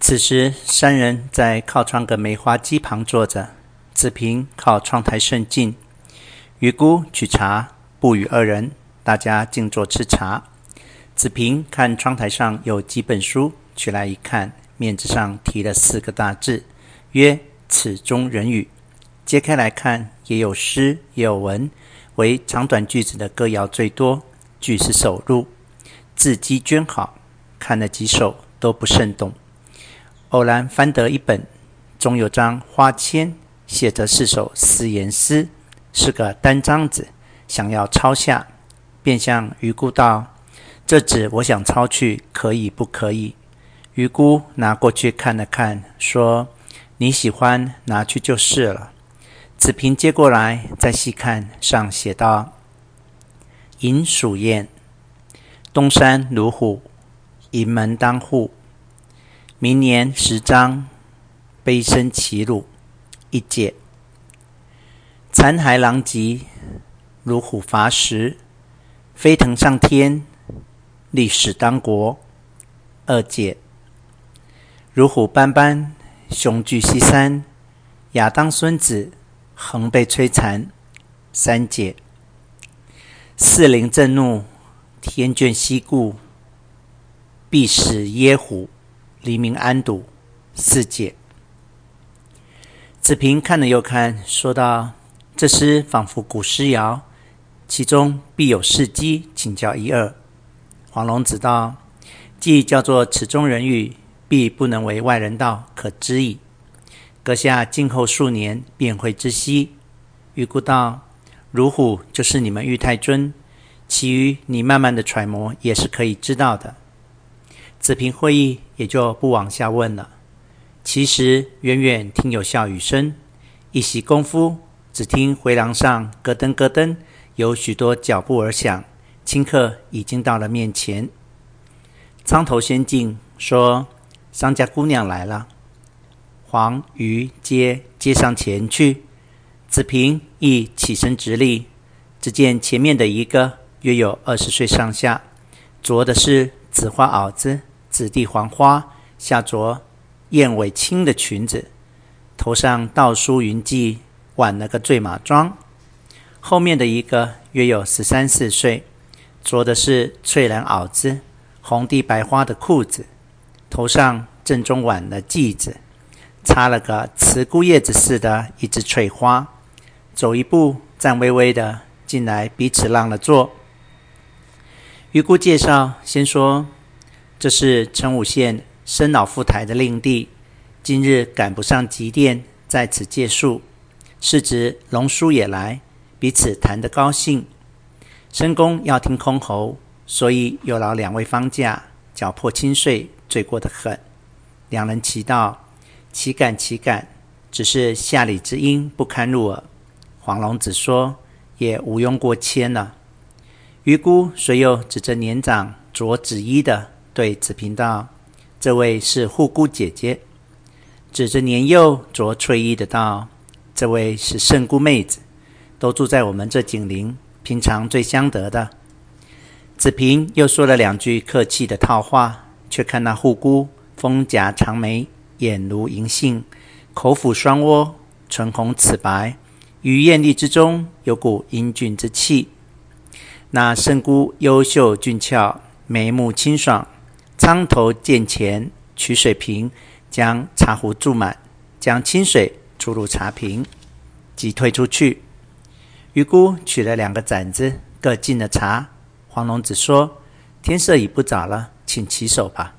此时三人在靠窗个梅花机旁坐着，子平靠窗台甚近，余姑取茶不与二人，大家静坐吃茶。子平看窗台上有几本书，取来一看，面子上题了4个大字，曰此中人语。揭开来看，也有诗也有文，为长短句子的歌谣最多，句是首入，字迹娟好，看了几首都不甚懂。偶然翻得一本，中有张花签，写着4首四言诗，是个单张子，想要抄下，便向余姑道：这纸我想抄去，可以不可以？余姑拿过去看了看，说：你喜欢拿去就是了。子平接过来再细看，上写道：迎蜀燕，东山如虎，营门当户，明年10章，悲声齐鲁。一解，残骸狼藉，如虎伐食，飞腾上天，立史当国。二解，如虎斑斑，雄踞西山，亚当孙子，恒被摧残。三解，四灵震怒，天眷息故，必使耶虎，黎民安堵。四解。子平看了又看，说道：这诗仿佛古诗谣，其中必有事机，请教一二。黄龙子道：既叫做此中人语，必不能为外人道，可知矣。阁下静候数年，便会知悉。余姑道：如虎就是你们玉太尊，其余你慢慢的揣摩也是可以知道的。子平会意，也就不往下问了。其实远远听有笑语声，一息功夫，只听回廊上咯噔咯噔，有许多脚步而响，顷刻已经到了面前。苍头先进，说：商家姑娘来了。黄余接上前去，子平亦起身直立，只见前面的一个约有20岁上下，着的是紫花袄子，紫地黄花，下着燕尾青的裙子，头上道梳云髻，挽了个坠马装。后面的一个约有13、14岁，着的是翠蓝袄子，红地白花的裤子，头上正中挽了髻子，插了个慈姑叶子似的一枝翠花，走一步站微微的进来彼此让了座。余姑介绍，先说：这是陈武县生老赴台的令弟，今日赶不上急电，在此借宿，是指龙叔也来，彼此谈得高兴。申公要听箜篌，所以有劳2位方驾，脚魄轻碎，罪过得很。2人齐道：岂敢，只是下礼之音不堪入耳。黄龙子说：也无庸过谦了。余姑随又指着年长着紫衣的，对子平道：这位是护姑姐姐。指着年幼着翠衣的道：这位是圣姑妹子，都住在我们这景陵，平常最相得的。子平又说了2句客气的套话，却看那护姑丰颊长眉，眼如银杏，口抚双窝，唇红齿白，于艳丽之中有股英俊之气。那圣姑优秀俊俏，眉目清爽，苍头见前，取水瓶，将茶壶注满，将清水注入茶瓶，即退出去。余姑取了2个盏子，各敬了茶。黄龙子说：天色已不早了，请起手吧。